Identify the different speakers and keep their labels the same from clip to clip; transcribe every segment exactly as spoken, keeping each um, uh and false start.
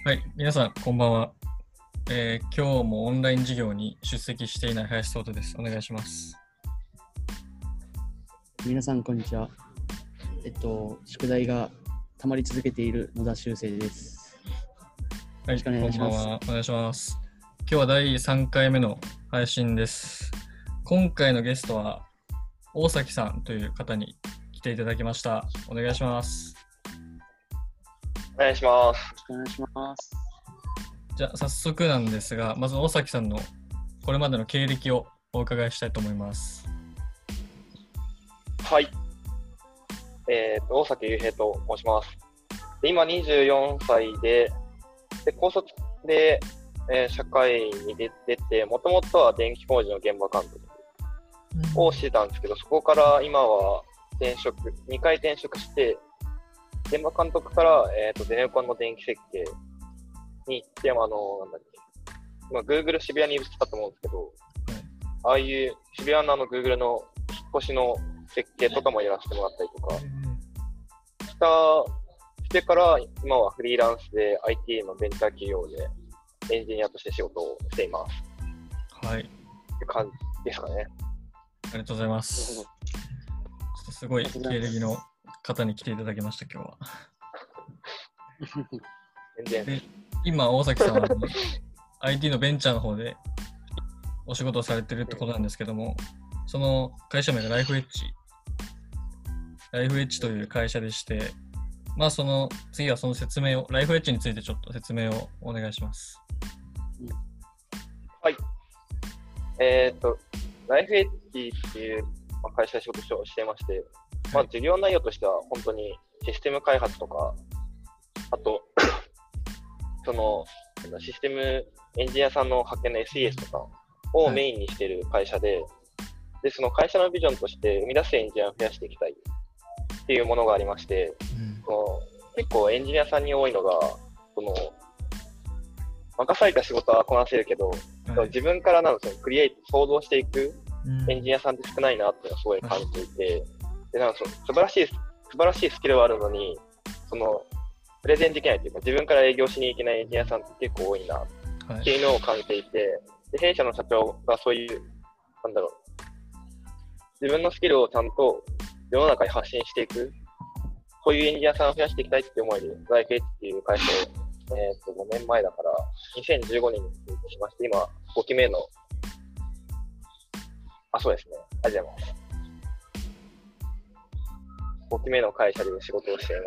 Speaker 1: はい、皆さん、こんばんは、えー今日もオンライン授業に出席していない林聡太です。お願いします。
Speaker 2: 皆さん、こんにちは。えっと、宿題が溜まり続けている野田修正です。
Speaker 1: はい、
Speaker 2: よろしくお願いします。
Speaker 1: こんばんは。お願いします。今日はだいさんかいめの配信です。今回のゲストは大崎さんという方に来ていただきました。お願いします。
Speaker 3: お願いします。
Speaker 2: よろしくお願いします。
Speaker 1: じゃあ早速なんですが、まず大崎さんのこれまでの経歴をお伺いしたいと思います。
Speaker 3: はい。えーと、大崎雄平と申します。で今にじゅうよんさいで、で高卒で、えー社会に出てて、もともとは電気工事の現場監督をしてたんですけど、そこから今は転職、にかい転職して、現場監督から、えーと、ゼネコンの電気設計に行って、あの、なんだっけ、まあ、Google 渋谷に移ったと思うんですけど、ああいう渋谷のあの Google の引っ越しの設計とかもやらせてもらったりとかした、してから今はフリーランスで アイティー のベンチャー企業でエンジニアとして仕事をしています。
Speaker 1: はい。
Speaker 3: って感じですかね。
Speaker 1: ありがとうございます。ちょっとすごい経歴の方に来ていただきました、今日は。
Speaker 3: 全然。
Speaker 1: で今、大崎さんはアイティー のベンチャーの方でお仕事をされてるってことなんですけども、その会社名がライフエッジ。ライフエッジという会社でして、まあその次はその説明を、ライフエッジについてちょっと説明をお願いします。
Speaker 3: はい。えっと、ライフエッジっていうまあ会社で仕事をしていまして、まあ事業内容としては本当にシステム開発とか、あと、そのシステムエンジニアさんの派遣の エスイーエス とかをメインにしている会社で、はい、で、その会社のビジョンとして生み出すエンジニアを増やしていきたいっていうものがありまして、うん、その結構エンジニアさんに多いのが、その任された仕事はこなせるけど、はい、自分からなんですよ、クリエイト、想像していくエンジニアさんって少ないなっていうのはすごい感じていて、はい、でなんかその素晴らしい素晴らしいスキルはあるのに、そのプレゼンできないというか、自分から営業しに行けないエンジニアさんって結構多いなっていうのを感じていて、はい、で弊社の社長がそういう、なんだろう、自分のスキルをちゃんと世の中に発信していく、そういうエンジニアさんを増やしていきたいっていう思いで、ライフエッジっていう会社を、えー、とごねんまえだから、にせんじゅうごねんに設立しまして、今、ごきめの、あ、そうですね、ありがとうございます。ごきめの会社で仕事をしています。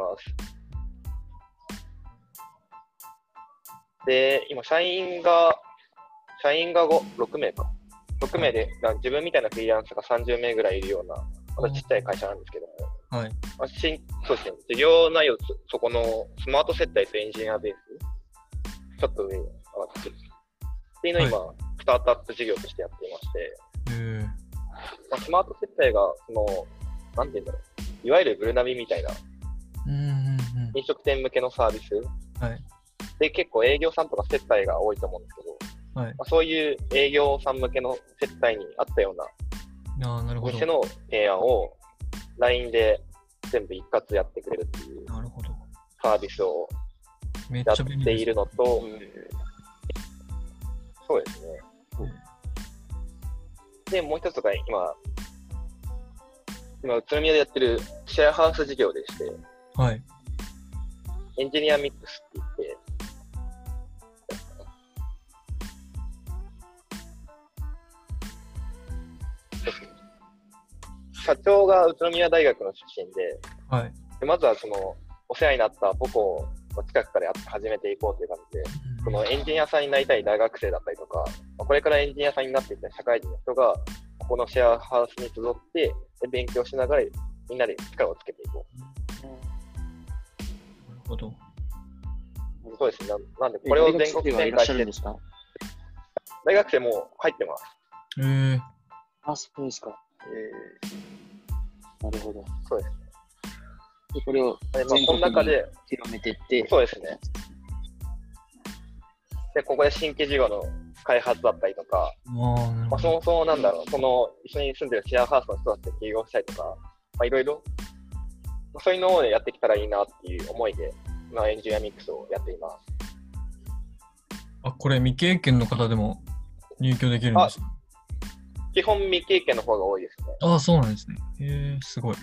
Speaker 3: で、今、社員が、社員がろくめいか。ろくめいで、自分みたいなフリーランスがさんじゅうめいぐらいいるような、またちっちゃい会社なんですけども、
Speaker 1: はい。
Speaker 3: まあ、しそうですね、事業内容、そこのスマート接待とエンジニアベース、ちょっと上に上がってる。っていうのを今、はい、スタートアップ事業としてやっていまして、まあ、スマート接待が、その、なんていうんだろう、いわゆるグルナビみたいな、
Speaker 1: うんうんうん、
Speaker 3: 飲食店向けのサービス、
Speaker 1: はい、で
Speaker 3: 結構営業さんとか接待が多いと思うんですけど、はいまあ、そういう営業さん向けの接待に合ったようなお店の提案を ライン で全部一括やってくれるっていうサービスをやっているのと、うん、そうですね、うん、でもう一つが今今宇都宮でやってるシェアハウス事業でして、
Speaker 1: はい、
Speaker 3: エンジニアミックスって言って社長が宇都宮大学の出身で、
Speaker 1: はい、
Speaker 3: でまずはそのお世話になった母校の近くからやって始めていこうという感じで、うん、そのエンジニアさんになりたい大学生だったりとか、これからエンジニアさんになっていった社会人の人がここのシェアハウスに集ってで勉強しながらみんなで力をつけていこう。
Speaker 1: うん、なるほど。
Speaker 3: そうですね。な, なんでこれを全国展開して、大学生も入ってます。
Speaker 1: へー。
Speaker 2: あ、そうですか。えー、なるほど。
Speaker 3: そうですね。
Speaker 2: で、これを
Speaker 3: 全国に
Speaker 2: 広めていって、
Speaker 3: そうですね。で、ここで新規事業の開発だったりとか、まあ、そもそもなんだろう、その一緒に住んでるシェアハウスの人たちで起業したりとか、まあ、いろいろ、そういうのをやってきたらいいなっていう思いで、今エンジニアミックスをやっています。
Speaker 1: あ、これ未経験の方でも入居できるんですか？
Speaker 3: 基本未経験の方が多いですね。
Speaker 1: ああ、そうなんですね。へえ、すごい。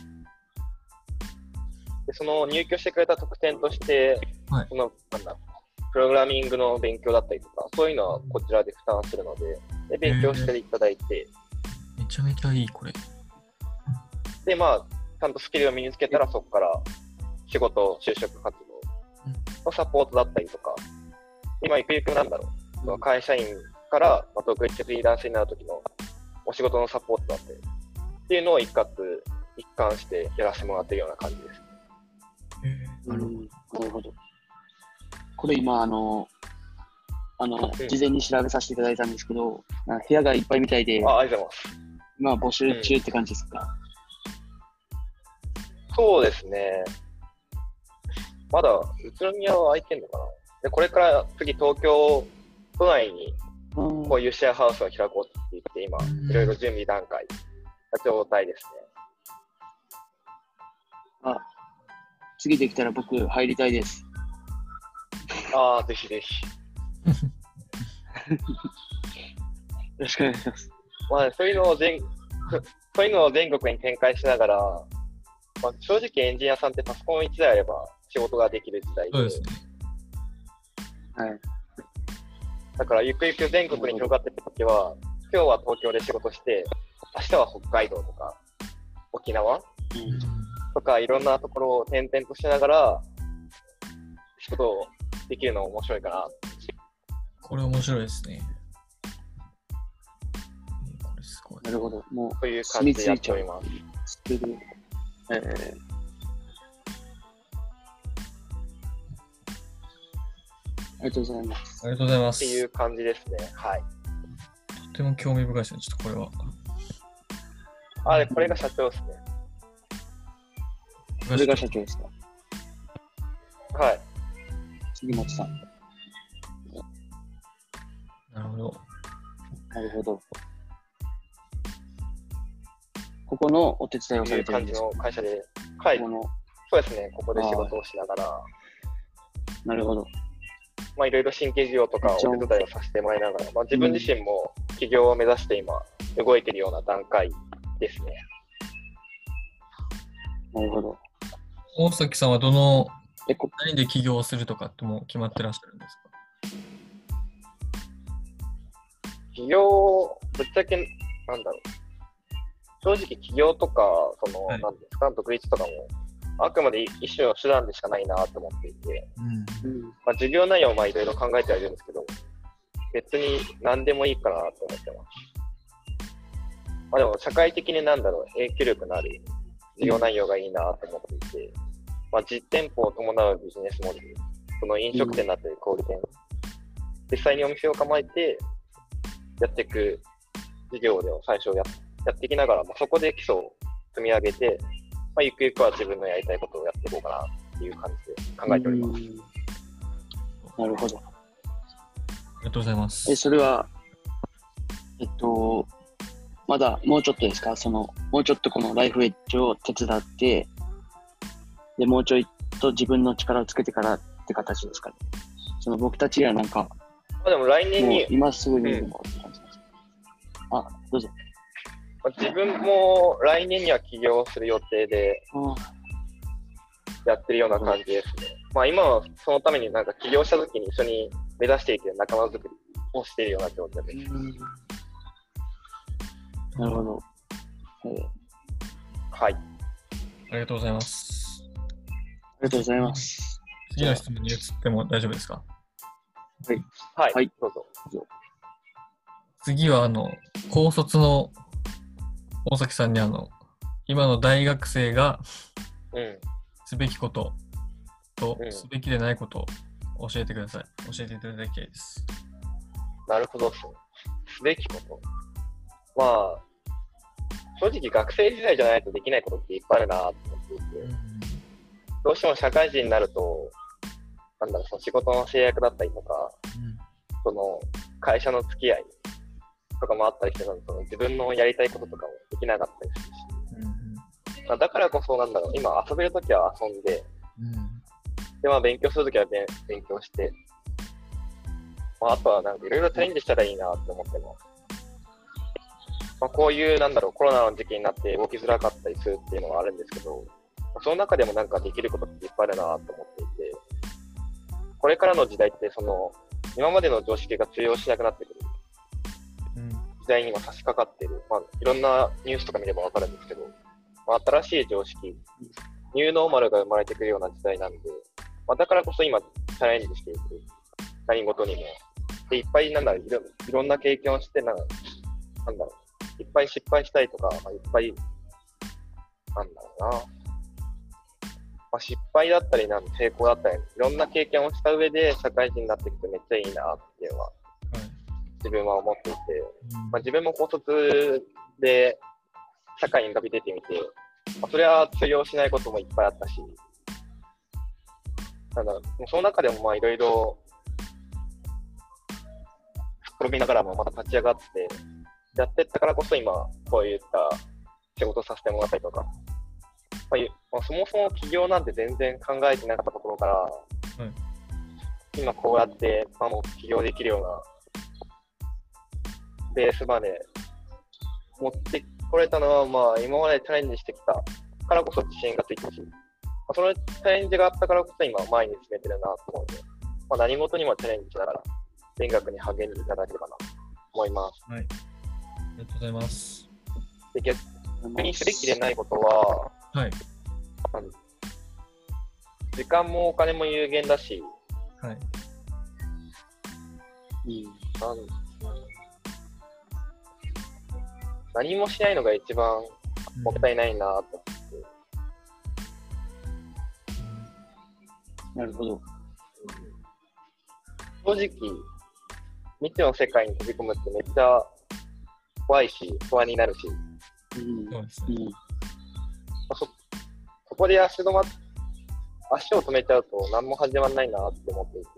Speaker 3: で、その入居してくれた特典として、
Speaker 1: はい
Speaker 3: その、なんだ、プログラミングの勉強だったりとか、そういうのはこちらで負担するので、で、勉強していただいて、
Speaker 1: めちゃめちゃいい、これ。
Speaker 3: で、まあ、ちゃんとスキルを身につけたら、そこから仕事、就職活動のサポートだったりとか、今、ゆくゆくなんだろう、その会社員から、まあ、独立フリーランスになるときのお仕事のサポートだったりっていうのを一括、一貫してやらせてもらっているような感じです。
Speaker 1: へえ、なるほど。
Speaker 2: なるほど。これ今、あの、あの、
Speaker 3: うん、
Speaker 2: 事前に調べさせていただいたんですけど、あ部屋がいっぱいみたいで、
Speaker 3: あ、ありがとうございます。
Speaker 2: 今募集中って感じですか？
Speaker 3: うん、そうですね。まだ宇都宮は空いてんのかな。で、これから次東京都内にこういうシェアハウスを開こうって言って今、いろいろ準備段階の状態ですね。
Speaker 2: あ、次できたら僕入りたいです。
Speaker 3: ああ、ぜひぜひ。
Speaker 2: よろしくお願いします。
Speaker 3: まあ、そういうのを全、そういうのを全国に展開しながら、まあ、正直エンジニアさんってパソコンいちだいあれば仕事ができる時代で、
Speaker 1: そうですね。
Speaker 2: はい。
Speaker 3: だからゆくゆく全国に広がっていったときは、今日は東京で仕事して、明日は北海道とか沖縄
Speaker 2: うん
Speaker 3: とかいろんなところを転々としながら仕事をできるの面白いかな。
Speaker 1: これ面白いですね。これすごい。
Speaker 2: なるほど。もう、
Speaker 3: という感じでやっております。
Speaker 2: スキル、えー、ありがとうございます。
Speaker 1: ありがとうございます。
Speaker 3: っていう感じですね。はい。
Speaker 1: とても興味深いですね。ちょっとこれは。
Speaker 3: あ、で、これが社長ですね。
Speaker 2: これが社長ですか？
Speaker 3: はい。
Speaker 2: 杉本さん。
Speaker 1: なるほど。
Speaker 2: なるほど。ここのお手伝いをされてるんですか？
Speaker 3: いう感じの会社で、はい。
Speaker 2: この
Speaker 3: そうですね。ここで仕事をしながら、
Speaker 2: なるほど。
Speaker 3: まあ、いろいろ新規事業とかお手伝いをさせてもらいながら、まあ、自分自身も起業を目指して今、動いているような段階ですね。
Speaker 2: なるほど。
Speaker 1: 大崎さんはどの、
Speaker 2: えこ
Speaker 1: 何で起業をするとかってもう決まってらっしゃるんですか？
Speaker 3: 起業、ぶっちゃけ、なんだろう。正直起業とか、その、
Speaker 1: はい、
Speaker 3: なんですか、独立とかも、あくまで一種の手段でしかないなと思っていて、
Speaker 1: うん
Speaker 3: まあ、授業内容もいろいろ考えてはいるんですけど、別に何でもいいかなと思ってます。まあでも社会的になんだろう、影響力のある授業内容がいいなと思っていて、まあ、実店舗を伴うビジネスモデル、その飲食店だったり小売店、実際にお店を構えてやっていく事業でを最初ややっていきながら、まあ、そこで基礎を積み上げて、まあ、ゆくゆくは自分のやりたいことをやっていこうかなっていう感じで考えております。
Speaker 2: なるほど。
Speaker 1: ありがとうございます。
Speaker 2: え、それは、えっと、まだもうちょっとですか？その、もうちょっとこのライフエッジを手伝って、で、もうちょいと自分の力をつけてからって形ですかね。その僕たちはなんか、
Speaker 3: まあ、でも来年に、
Speaker 2: 今すぐにでもって感じです。うん、あ、どうぞ。
Speaker 3: まあ、自分も来年には起業する予定でやってるような感じですね。まあ今はそのためになんか起業した時に一緒に目指していける仲間づくりをしているような状況です。
Speaker 2: なるほど。
Speaker 3: はい。
Speaker 1: ありがとうございます。
Speaker 2: ありがとうございます。
Speaker 1: 次の質問に移っても大丈夫ですか？
Speaker 2: はい。
Speaker 3: はい。
Speaker 2: はい、
Speaker 3: どうぞ。
Speaker 1: 次は、あの、高卒の大崎さんに、あの、今の大学生がすべきことと、
Speaker 3: うん、
Speaker 1: すべきでないことを教えてください。教えていただきたいです。
Speaker 3: なるほど。すべきこと。まあ、正直学生時代じゃないとできないことっていっぱいあるなと思っていて、うん、どうしても社会人になると、なんだろう、その仕事の制約だったりとか、うん、その会社の付き合いとかもあったりして、その自分のやりたいこととかもできなかったりするし、うん、まあ、だからこそなんだろう、今遊べるときは遊んで、うん、で、まあ勉強するときは勉強して、 まあ、あとはなんかいろいろチャレンジしたらいいなって思ってます。まあ、こういうなんだろうコロナの時期になって動きづらかったりするっていうのはあるんですけど、その中でもなんかできることっていっぱいあるなと思っていて、これからの時代ってその今までの常識が通用しなくなってくる時代に今差し掛かっている、まあ、いろんなニュースとか見ればわかるんですけど、まあ、新しい常識、ニューノーマルが生まれてくるような時代なんで、まあ、だからこそ今チャレンジしていく、何事にも。で、いっぱいなんだろう、いろ、いろんな経験をしてなん、なんだろう、いっぱい失敗したりとか、まあ、いっぱい、なんだろうな、まあ、失敗だったりなん成功だったり、いろんな経験をした上で社会人になっていくとめっちゃいいなっていうのは、自分は思っていて、まあ、自分も高卒で社会に飛び出てみて、まあ、それは通用しないこともいっぱいあったし、ただその中でもまあいろいろ転びながらもまた立ち上がってやっていったからこそ今こういった仕事をさせてもらったりとか、まあまあ、そもそも起業なんて全然考えてなかったところから、うん、今こうやって、まあ、もう起業できるようなベースまで持ってこれたのは、まあ、今までチャレンジしてきたからこそ自信がついたし、まあ、そのチャレンジがあったからこそ今前に進めてるなと思うので、まあ、何事にもチャレンジしながら勉学に励んでいただければなと思います。
Speaker 1: はい。ありがとうございます。
Speaker 3: で、逆にすべきでないことは、
Speaker 1: はい。
Speaker 3: 時間もお金も有限だし、
Speaker 1: はい。
Speaker 3: うん、なん何もしないのが一番もったいないなと思って、
Speaker 2: うん、なるほど。
Speaker 3: 正直未知の世界に飛び込むってめっちゃ怖いし不安になるし、
Speaker 1: うんそうですね、うん、
Speaker 3: そ, そこで足止ま足を止めちゃうと何も始まらないなって思っていて、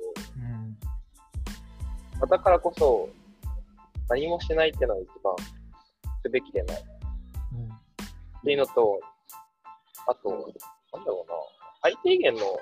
Speaker 3: うん、だからこそ何もしないっていうのが一番すべきでない、うん、っていうのと、あと、なんだろうな、最低限の、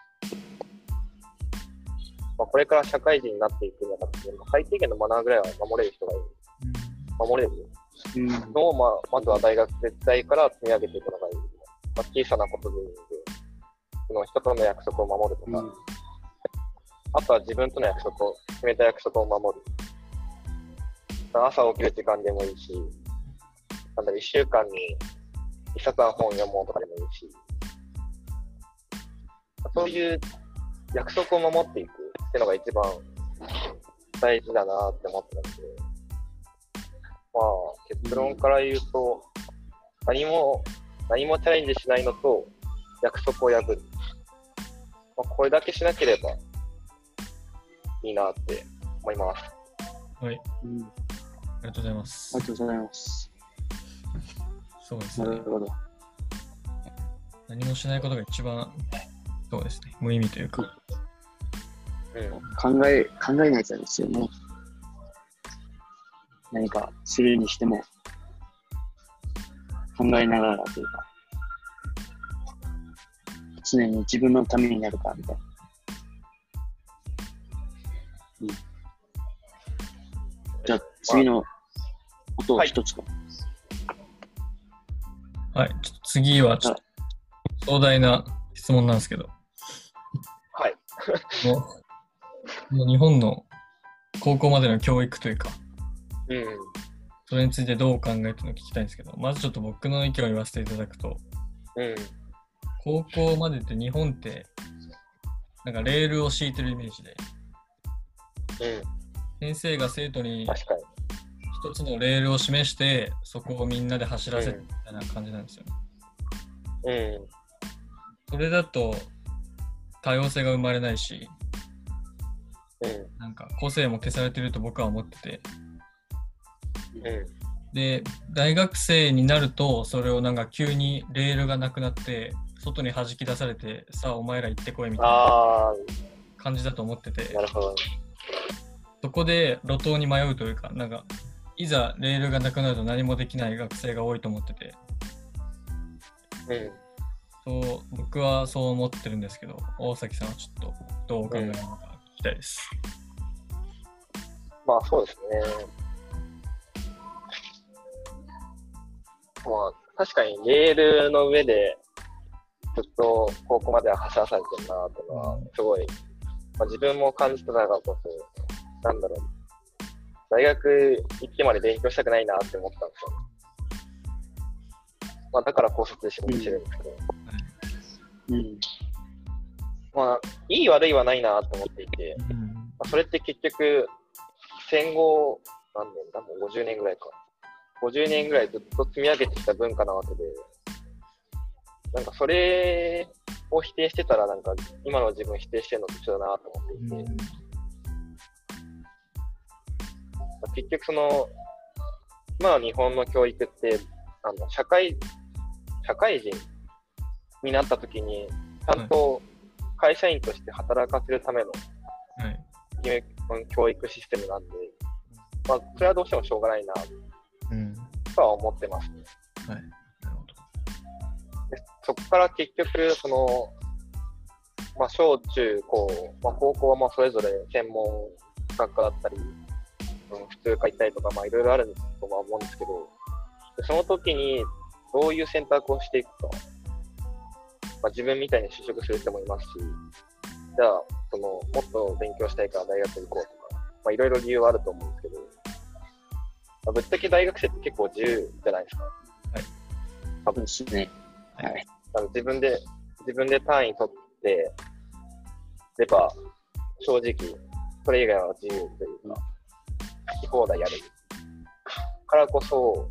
Speaker 3: まあ、これから社会人になっていくにあたって、最低限のマナーぐらいは守れる人がいる。うん、守れるのを、まあ、まずは大学時代から積み上げていくのがいい。まあ、小さなことでいいので、その人との約束を守るとか、うん、あとは自分との約束を、決めた約束を守る。朝起きる時間でもいいし、なんだろう、一週間に一冊は本読もうとかでもいいし、そういう約束を守っていくっていうのが一番大事だなって思ってたので、まあ結論から言うと、何も何もチャレンジしないのと約束を破る、まあ、これだけしなければいいなって思います。
Speaker 1: はい、うん、ありがとうございます。
Speaker 2: ありがとうございます。
Speaker 1: そうですね。
Speaker 2: なるほど。
Speaker 1: 何もしないことが一番、そうですね、無意味というか。
Speaker 2: うん、考え、考えないやつですよね。何かするにしても、考えながらというか、常に自分のためになるかみたいな。うん、じゃあ、次の音を一つか。
Speaker 1: はい、ちょっと次はちょっと壮大な質問なんですけど、
Speaker 3: はい。
Speaker 1: もうもう日本の高校までの教育というか、
Speaker 3: うん、
Speaker 1: それについてどう考えてるのか聞きたいんですけど、まずちょっと僕の意見を言わせていただくと、
Speaker 3: うん、
Speaker 1: 高校までって日本ってなんかレールを敷いてるイメージで、
Speaker 3: うん、
Speaker 1: 先生が生徒に
Speaker 3: 確かに
Speaker 1: 一つのレールを示してそこをみんなで走らせるみたいな感じなんですよね。
Speaker 3: うん、
Speaker 1: それだと多様性が生まれないし、
Speaker 3: うん、
Speaker 1: なんか個性も消されてると僕は思ってて、
Speaker 3: うん、
Speaker 1: で大学生になるとそれをなんか急にレールがなくなって外に弾き出されて、さあお前ら行ってこいみたいな感じだと思ってて、
Speaker 3: なるほど。
Speaker 1: そこで路頭に迷うというか、なんかいざレールがなくなると何もできない学生が多いと思ってて、
Speaker 3: うん、
Speaker 1: そう僕はそう思ってるんですけど、大崎さんはちょっとどうお考えなのか聞きたいです。
Speaker 3: まあそうですね。まあ確かにレールの上でずっと高校までは走らされてるなっていうのはすごい、まあ、自分も感じてたからこそ、なんだろう、大学行ってまで勉強したくないなって思ったんですよ。まあだから高卒で仕事してるんですけど、
Speaker 2: うん。
Speaker 3: まあいい悪いはないなと思っていて、
Speaker 1: うん
Speaker 3: まあ、それって結局戦後何年だ、もうごじゅうねんぐらいか。ごじゅうねんぐらいずっと積み上げてきた文化なわけで、なんかそれを否定してたら、なんか今の自分否定してるのと一緒だなと思っていて、
Speaker 1: うん
Speaker 3: 結局その、今の日本の教育って、あの社会、社会人になった時に、ちゃんと会社員として働かせるための
Speaker 1: はい
Speaker 3: 教育システムなんで、まあ、それはどうしてもしょうがないな
Speaker 1: うん
Speaker 3: とは思ってますね。
Speaker 1: はい、なるほど。
Speaker 3: でそこから結局、その、まあ、小中高、まあ、高校はまあそれぞれ専門学科だったり、うん、普通科行ったりとか、まあいろいろあるとは思うんですけど、でその時にどういう選択をしていくか、まあ、自分みたいに就職する人もいますし、じゃあ、その、もっと勉強したいから大学行こうとか、まあいろいろ理由はあると思うんですけど、まあ、ぶっちゃけ大学生って結構自由じゃないですか。
Speaker 1: はい。
Speaker 2: 多分ですね。はい。
Speaker 3: あの自分で、自分で単位取ってれば、正直、それ以外は自由というか、好き放題やる。からこそ、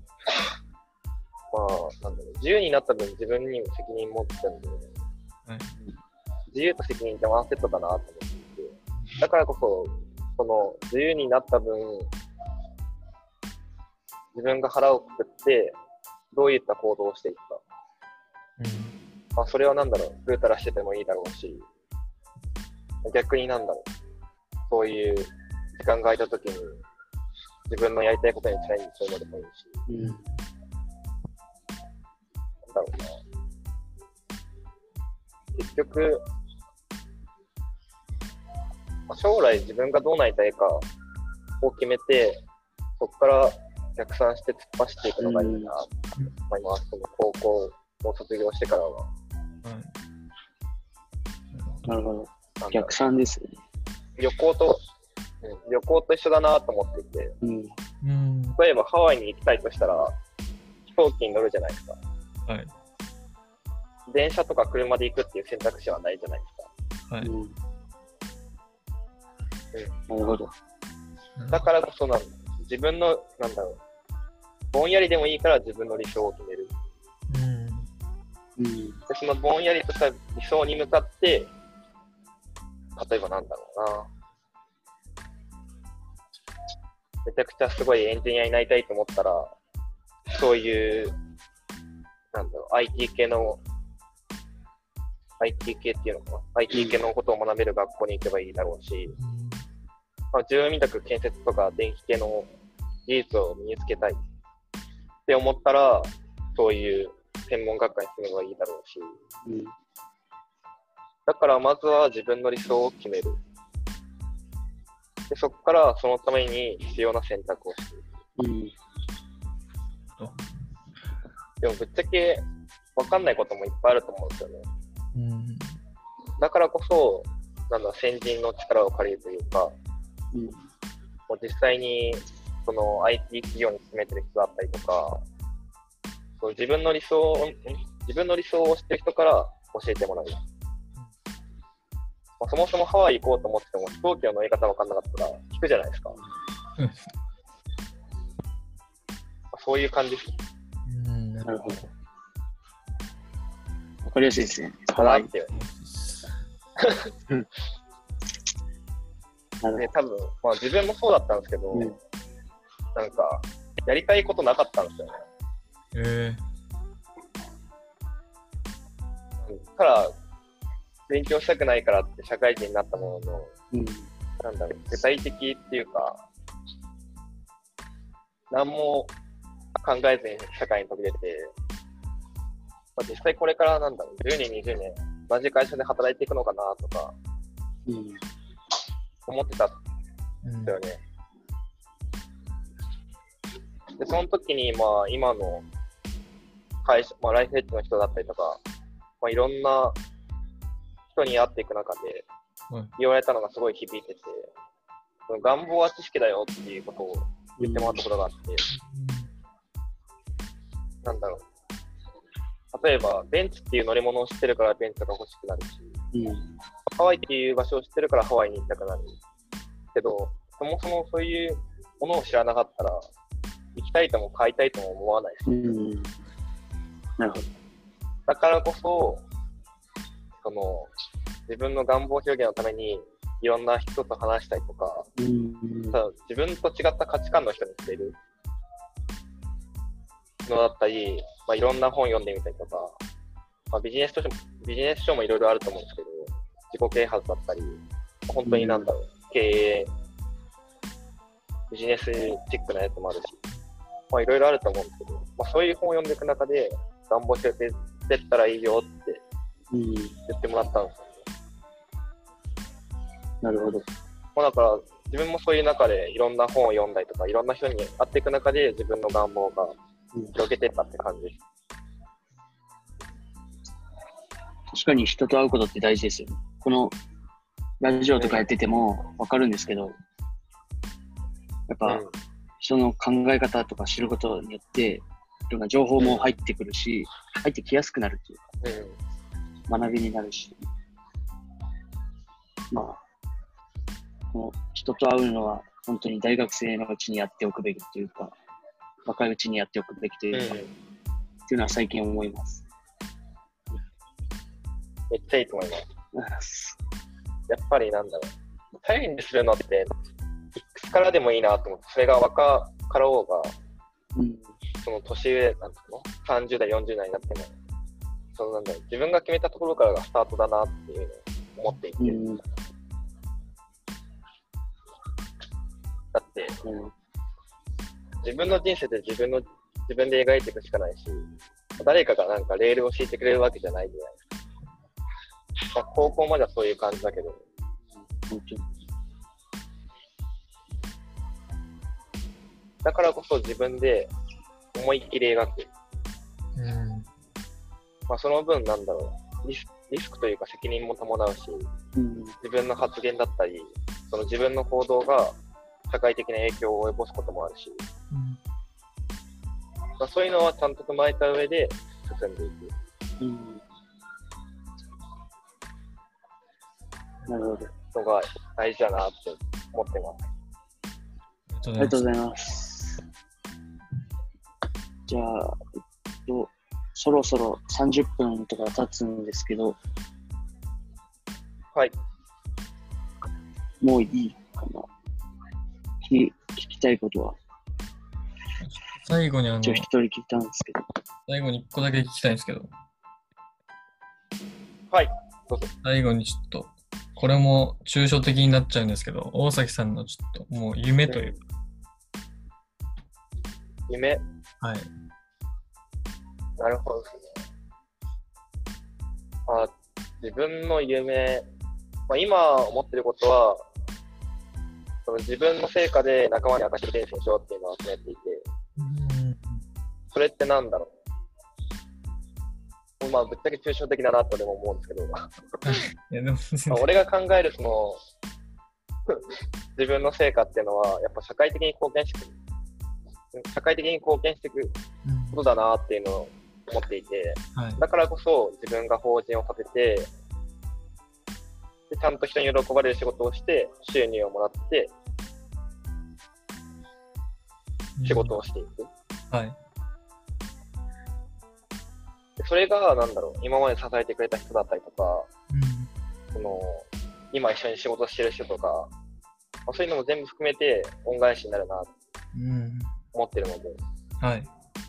Speaker 3: まあ、なんだろう、自由になった分自分にも責任持ってたんで、
Speaker 1: はい、
Speaker 3: 自由と責任ってワンセットだなと思っていて、だからこそ、その自由になった分、自分が腹をくくって、どういった行動をしていくか。
Speaker 1: うん
Speaker 3: まあ、それはなんだろう、ぐうたらしててもいいだろうし、逆になんだろう、そういう時間が空いたときに、自分のやりたいことにチャレンジするのでもいいし、
Speaker 2: うん。
Speaker 3: なんだろうな。結局、まあ、将来自分がどうなりたいかを決めて、そこから逆算して突っ走っていくのがいいなと思います。その高校を卒業してからは。
Speaker 1: はい、
Speaker 2: なるほど。逆算ですね。
Speaker 3: 旅行と、うん、旅行と一緒だなと思っていて、
Speaker 2: うん。
Speaker 1: うん、
Speaker 3: 例えばハワイに行きたいとしたら、飛行機に乗るじゃないですか。
Speaker 1: はい、
Speaker 3: 電車とか車で行くっていう選択肢はないじゃないですか。
Speaker 1: はい、
Speaker 2: うん。
Speaker 3: うん、
Speaker 2: なるほど。
Speaker 3: だからこそなん自分の、なんだろう、ぼんやりでもいいから自分の理想を決める。
Speaker 1: うん、
Speaker 2: うん。
Speaker 3: でそのぼんやりとした理想に向かって、例えばなんだろうな、めちゃくちゃすごいエンジニアになりたいと思ったら、そういう、なんだろう、アイティー 系の、アイティー 系っていうのかな ?アイティー 系のことを学べる学校に行けばいいだろうし、まあ、自分みたく建設とか電気系の技術を身につけたいって思ったら、そういう専門学科に進めばいいだろうし、
Speaker 2: うん。
Speaker 3: だからまずは自分の理想を決める。で、そこからそのために必要な選択をしていく。
Speaker 2: うん。
Speaker 3: でもぶっちゃけ分かんないこともいっぱいあると思うんですよね。
Speaker 1: うん、
Speaker 3: だからこそ、なんだ、先人の力を借りるというか、
Speaker 2: うん。
Speaker 3: もう実際にその アイティー 企業に勤めてる人だったりとか、そう自分の理想を、自分の理想を知ってる人から教えてもらう。まあ、そもそもハワイ行こうと思ってても飛行機の乗り方分かんなかったら聞くじゃないですか。
Speaker 1: うん、
Speaker 3: そういう感じです。
Speaker 1: うん、
Speaker 2: なるほど。わかりやすいですね。
Speaker 3: かなって。
Speaker 2: うん。なるほ
Speaker 3: で、多分、まあ自分もそうだったんですけど、
Speaker 2: うん、
Speaker 3: なんか、やりたいことなかったんですよね。
Speaker 1: え
Speaker 3: ー、から、勉強したくないからって社会人になったものの、
Speaker 2: うん、
Speaker 3: なんだろう、具体的っていうか、何も考えずに社会に飛び出て、まあ、実際これからなんだろう、じゅうねん、にじゅうねん、同じ会社で働いていくのかなとか、
Speaker 2: うん、
Speaker 3: 思ってたん
Speaker 1: うん、
Speaker 3: ですよね。 で、その時に、まあ、今の会社、まあ、ライフエッジの人だったりとか、まあ、いろんな人に会っていく中で言われたのがすごい響いてて、その願望は知識だよっていうことを言ってもらったことがあって、なんだろう。例えば、ベンツっていう乗り物を知ってるからベンツが欲しくなるし、
Speaker 2: うん、
Speaker 3: ハワイっていう場所を知ってるからハワイに行きたくなるけど、そもそもそういうものを知らなかったら、行きたいとも買いたいとも思わないし、
Speaker 2: うん、なるほど。
Speaker 3: だからこそ、その自分の願望表現のためにいろんな人と話したりとか、
Speaker 2: うん、
Speaker 3: ただ自分と違った価値観の人に触れるのだったり、まあ、いろんな本読んでみたりとか、まあ、ビジネスとしてもビジネス書もいろいろあると思うんですけど、自己啓発だったり、本当になんだろう、経営、ビジネスチックなやつもあるし、まあいろいろあると思うんですけど、まあ、そういう本を読んでいく中で、願望してってったらいいよって言ってもらったんですよ。
Speaker 2: うん、なるほど。
Speaker 3: まあ、だから自分もそういう中でいろんな本を読んだりとか、いろんな人に会っていく中で自分の願望が広げていったって感じです。
Speaker 2: 確かに人と会うことって大事ですよね。このラジオとかやってても分かるんですけど、やっぱ、うん、人の考え方とか知ることによっていろんな情報も入ってくるし、うん、入ってきやすくなるというか、うん、学びになるし、まあこの人と会うのは本当に大学生のうちにやっておくべきというか、若いうちにやっておくべきというか、うん、っていうのは最近思います。
Speaker 3: めっちゃいいと思います。やっぱりなんだろう、チャレンジするのっていくつからでもいいなと思って、それが若かろうが、うん、その年上なんですのさんじゅう代よんじゅう代になっても、そのなんだろう、自分が決めたところからがスタートだなっていうのを思っていて、うん、だって、うん、自分の人生で自分の自分で描いていくしかないし、誰かがなんかレールを敷いてくれるわけじゃないじゃないですか。まあ、高校まではそういう感じだけど、本当にだからこそ自分で思いっきり描く。うん、まあ、その分なんだろうリス、リスクというか責任も伴うし、うん、自分の発言だったり、その自分の行動が社会的な影響を及ぼすこともあるし、うん、まあ、そういうのはちゃんと踏まえた上で進んでいく。うん、なるほど。のが大事だなって思ってます。
Speaker 2: ありがとうございます。じゃあ、えっと、そろそろさんじゅっぷんとか経つんですけど、
Speaker 3: はい。
Speaker 2: もういいかな。聞き、聞きたいことは。
Speaker 1: 最後にあの、
Speaker 2: 一人聞いたんですけど。
Speaker 1: 最後にいっこだけ聞きたいんですけど。
Speaker 3: はい。どうぞ。
Speaker 1: 最後にちょっと、これも抽象的になっちゃうんですけど、大崎さんのちょっともう夢というか。
Speaker 3: うん、夢
Speaker 1: はい。
Speaker 3: なるほどですね。あ、自分の夢、まあ、今思ってることは、その自分の成果で仲間に明かし伝染しようっていうのを集めていて、うん、それってなんだろう。まあ、ぶっちゃけ抽象的だなとでも思うんですけど、いやでもまあ俺が考えるその自分の成果っていうのは、やっぱ社会的に貢献してくる。社会的に貢献していくことだなっていうのを思っていて、うん、はい、だからこそ自分が法人を立ててで、ちゃんと人に喜ばれる仕事をして収入をもらって仕事をしていく、
Speaker 1: うん、はい、
Speaker 3: でそれがなんだろう、今まで支えてくれた人だったりとか、うん、その今一緒に仕事してる人とか、まあ、そういうのも全部含めて恩返しになるなって思ってるので、
Speaker 1: うん、はい、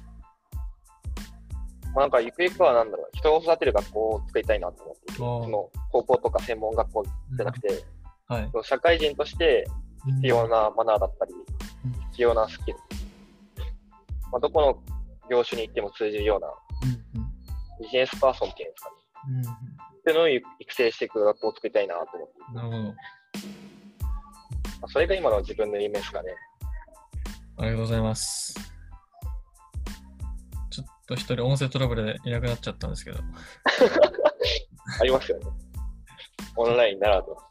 Speaker 3: まあ、なんかゆくゆくはなんだろう、人を育てる学校を作りたいなと思っていて、その高校とか専門学校じゃなくて、うん、はい、社会人として必要なマナーだったり、うん、必要なスキル、まあ、どこの業種に行っても通じるような、うんうん、ビジネスパーソンっていうんですかね、うんうん、っていうのを育成していく学校を作りたいなと思っていて、なるほど、まあ、それが今の自分の夢ですかね。
Speaker 1: ありがとうございます。 と一人音声トラブルでいなくなっちゃったんですけど。
Speaker 3: ありますよね。オンラインならと。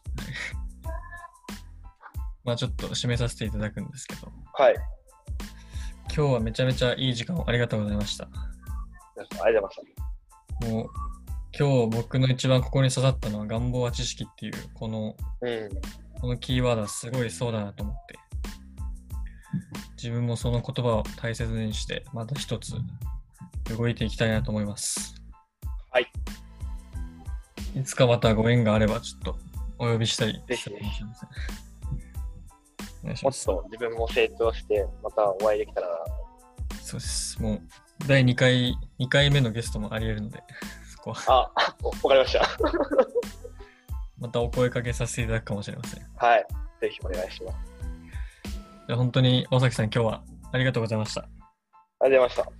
Speaker 1: まあちょっと締めさせていただくんですけど。
Speaker 3: はい。
Speaker 1: 今日はめちゃめちゃいい時間をありがとうございました。
Speaker 3: 皆さんありがとうございまし
Speaker 1: もう今日僕の一番ここに刺さったのは願望は知識っていうこの、
Speaker 3: た。うん。
Speaker 1: このキーワードはすごいそうだなと思って、自分もその言葉を大切にしてまた一つ動いていきたいなと思います。
Speaker 3: はい。
Speaker 1: いつかまたご縁があればちょっとお呼びしたい
Speaker 3: ぜひ
Speaker 1: するかもしれません。お願いし
Speaker 3: もっ
Speaker 1: ます。
Speaker 3: と自分も成長して、またお会いできたらな。
Speaker 1: そうです。もうだいにかい、にかいめのゲストもあり得るので、そこは
Speaker 3: あ、わかりました。
Speaker 1: またお声かけさせていただくかもしれません。
Speaker 3: はい。ぜひお願いします。
Speaker 1: で本当に大崎さん今日はありがとうございました。
Speaker 3: ありがとうございました。